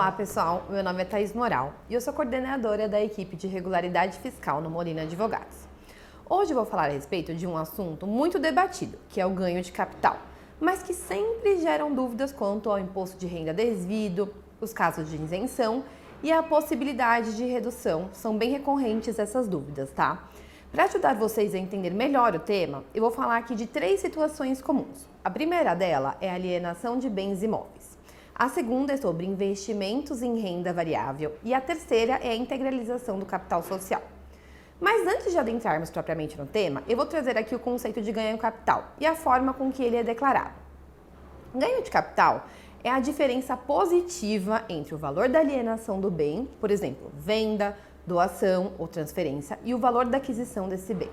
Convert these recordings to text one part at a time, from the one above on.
Olá pessoal, meu nome é Thaís Moral e eu sou coordenadora da equipe de regularidade fiscal no Molina Advogados. Hoje eu vou falar a respeito de um assunto muito debatido, que é o ganho de capital, mas que sempre geram dúvidas quanto ao imposto de renda devido, os casos de isenção e a possibilidade de redução. São bem recorrentes essas dúvidas, tá? Para ajudar vocês a entender melhor o tema, eu vou falar aqui de 3 situações comuns. A primeira dela é a alienação de bens imóveis. A segunda é sobre investimentos em renda variável e a terceira é a integralização do capital social. Mas antes de adentrarmos propriamente no tema, eu vou trazer aqui o conceito de ganho de capital e a forma com que ele é declarado. Ganho de capital é a diferença positiva entre o valor da alienação do bem, por exemplo, venda, doação ou transferência, e o valor da aquisição desse bem.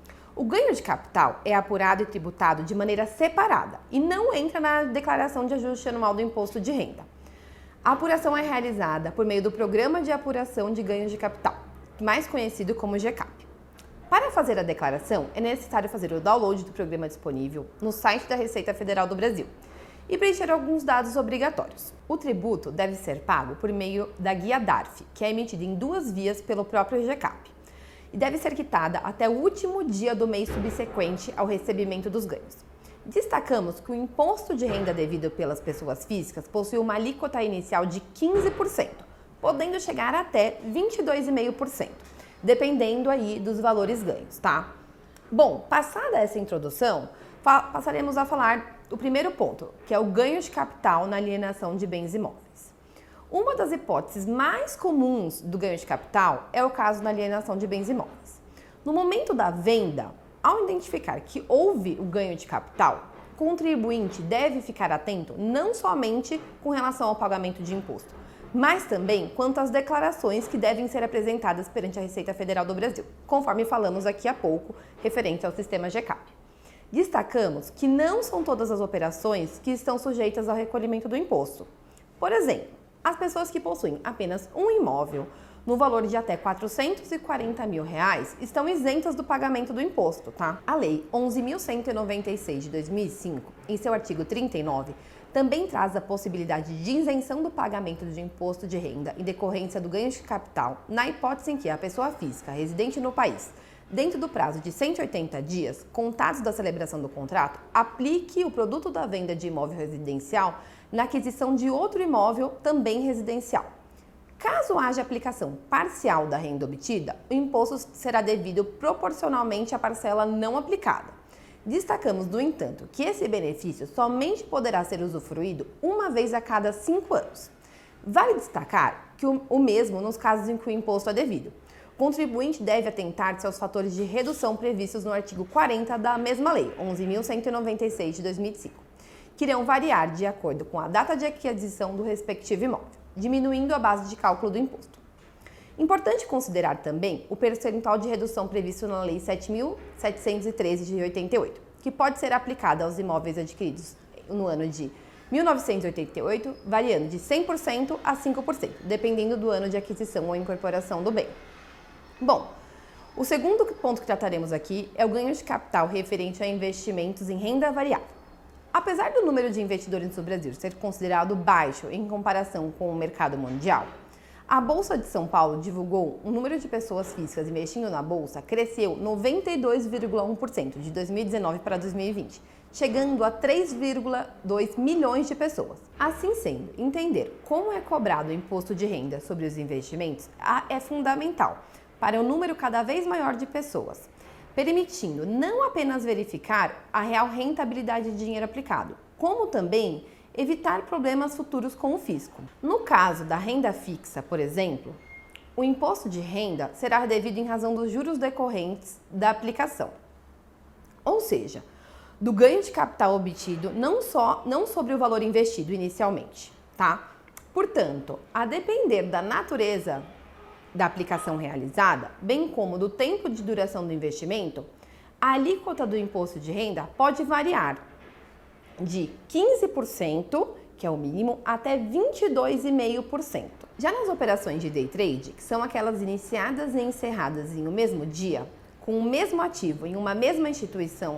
O ganho de capital é apurado e tributado de maneira separada e não entra na declaração de ajuste anual do imposto de renda. A apuração é realizada por meio do Programa de Apuração de Ganhos de Capital, mais conhecido como GCAP. Para fazer a declaração, é necessário fazer o download do programa disponível no site da Receita Federal do Brasil e preencher alguns dados obrigatórios. O tributo deve ser pago por meio da guia DARF, que é emitida em 2 vias pelo próprio GCAP. E deve ser quitada até o último dia do mês subsequente ao recebimento dos ganhos. Destacamos que o imposto de renda devido pelas pessoas físicas possui uma alíquota inicial de 15%, podendo chegar até 22,5%, dependendo aí dos valores ganhos, tá? Bom, passada essa introdução, passaremos a falar do primeiro ponto, que é o ganho de capital na alienação de bens imóveis. Uma das hipóteses mais comuns do ganho de capital é o caso da alienação de bens imóveis. No momento da venda, ao identificar que houve o ganho de capital, o contribuinte deve ficar atento não somente com relação ao pagamento de imposto, mas também quanto às declarações que devem ser apresentadas perante a Receita Federal do Brasil, conforme falamos aqui há pouco, referente ao sistema GCAP. Destacamos que não são todas as operações que estão sujeitas ao recolhimento do imposto. Por exemplo, as pessoas que possuem apenas um imóvel no valor de até R$ 440 mil estão isentas do pagamento do imposto, tá? A Lei 11.196 de 2005, em seu artigo 39, também traz a possibilidade de isenção do pagamento de imposto de renda em decorrência do ganho de capital, na hipótese em que a pessoa física residente no país, dentro do prazo de 180 dias, contados da celebração do contrato, aplique o produto da venda de imóvel residencial na aquisição de outro imóvel também residencial. Caso haja aplicação parcial da renda obtida, o imposto será devido proporcionalmente à parcela não aplicada. Destacamos, no entanto, que esse benefício somente poderá ser usufruído uma vez a cada 5 anos. Vale destacar que o mesmo nos casos em que o imposto é devido. O contribuinte deve atentar-se aos fatores de redução previstos no artigo 40 da mesma lei, 11.196 de 2005. Que irão variar de acordo com a data de aquisição do respectivo imóvel, diminuindo a base de cálculo do imposto. Importante considerar também o percentual de redução previsto na Lei 7.713 de 88, que pode ser aplicada aos imóveis adquiridos no ano de 1988, variando de 100% a 5%, dependendo do ano de aquisição ou incorporação do bem. Bom, o segundo ponto que trataremos aqui é o ganho de capital referente a investimentos em renda variável. Apesar do número de investidores no Brasil ser considerado baixo em comparação com o mercado mundial, a Bolsa de São Paulo divulgou o número de pessoas físicas investindo na Bolsa cresceu 92,1% de 2019 para 2020, chegando a 3,2 milhões de pessoas. Assim sendo, entender como é cobrado o imposto de renda sobre os investimentos é fundamental para um número cada vez maior de pessoas, permitindo não apenas verificar a real rentabilidade de dinheiro aplicado, como também evitar problemas futuros com o fisco. No caso da renda fixa, por exemplo, o imposto de renda será devido em razão dos juros decorrentes da aplicação. Ou seja, do ganho de capital obtido não sobre o valor investido inicialmente, tá? Portanto, a depender da natureza da aplicação realizada, bem como do tempo de duração do investimento, a alíquota do imposto de renda pode variar de 15%, que é o mínimo, até 22,5%. Já nas operações de day trade, que são aquelas iniciadas e encerradas em um mesmo dia, com o mesmo ativo em uma mesma instituição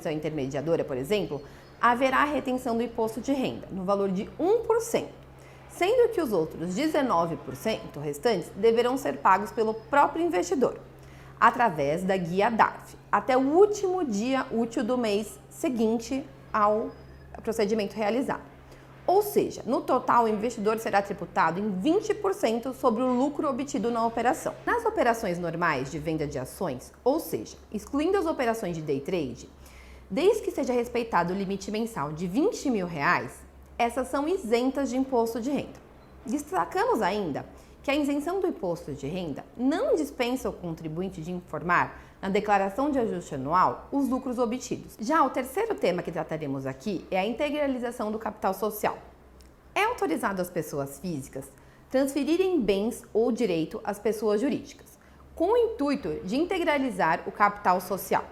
intermediadora, por exemplo, haverá retenção do imposto de renda no valor de 1%. sendo que os outros 19% restantes deverão ser pagos pelo próprio investidor, através da guia DARF, até o último dia útil do mês seguinte ao procedimento realizado. Ou seja, no total, o investidor será tributado em 20% sobre o lucro obtido na operação. Nas operações normais de venda de ações, ou seja, excluindo as operações de day trade, desde que seja respeitado o limite mensal de R$20 mil, essas são isentas de imposto de renda. Destacamos ainda que a isenção do imposto de renda não dispensa o contribuinte de informar na declaração de ajuste anual os lucros obtidos. Já o terceiro tema que trataremos aqui é a integralização do capital social. É autorizado às pessoas físicas transferirem bens ou direito às pessoas jurídicas, com o intuito de integralizar o capital social.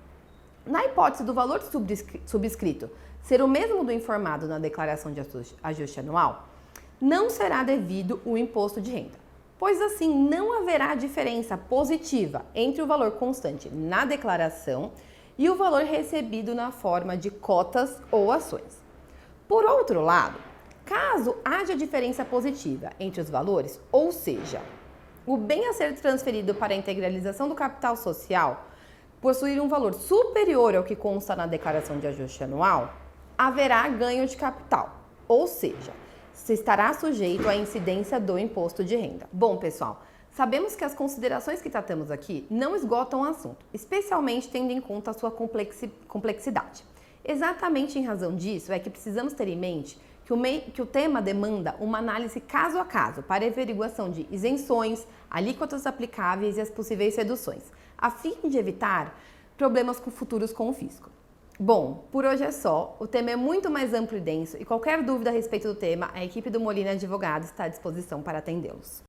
Na hipótese do valor subscrito ser o mesmo do informado na declaração de ajuste anual, não será devido o imposto de renda, pois assim não haverá diferença positiva entre o valor constante na declaração e o valor recebido na forma de cotas ou ações. Por outro lado, caso haja diferença positiva entre os valores, ou seja, o bem a ser transferido para a integralização do capital social possuir um valor superior ao que consta na declaração de ajuste anual, haverá ganho de capital, ou seja, se estará sujeito à incidência do imposto de renda. Bom, pessoal, sabemos que as considerações que tratamos aqui não esgotam o assunto, especialmente tendo em conta a sua complexidade. Exatamente em razão disso é que precisamos ter em mente que o tema demanda uma análise caso a caso para averiguação de isenções, alíquotas aplicáveis e as possíveis reduções, a fim de evitar problemas futuros com o fisco. Bom, por hoje é só. O tema é muito mais amplo e denso e qualquer dúvida a respeito do tema, a equipe do Molina Advogados está à disposição para atendê-los.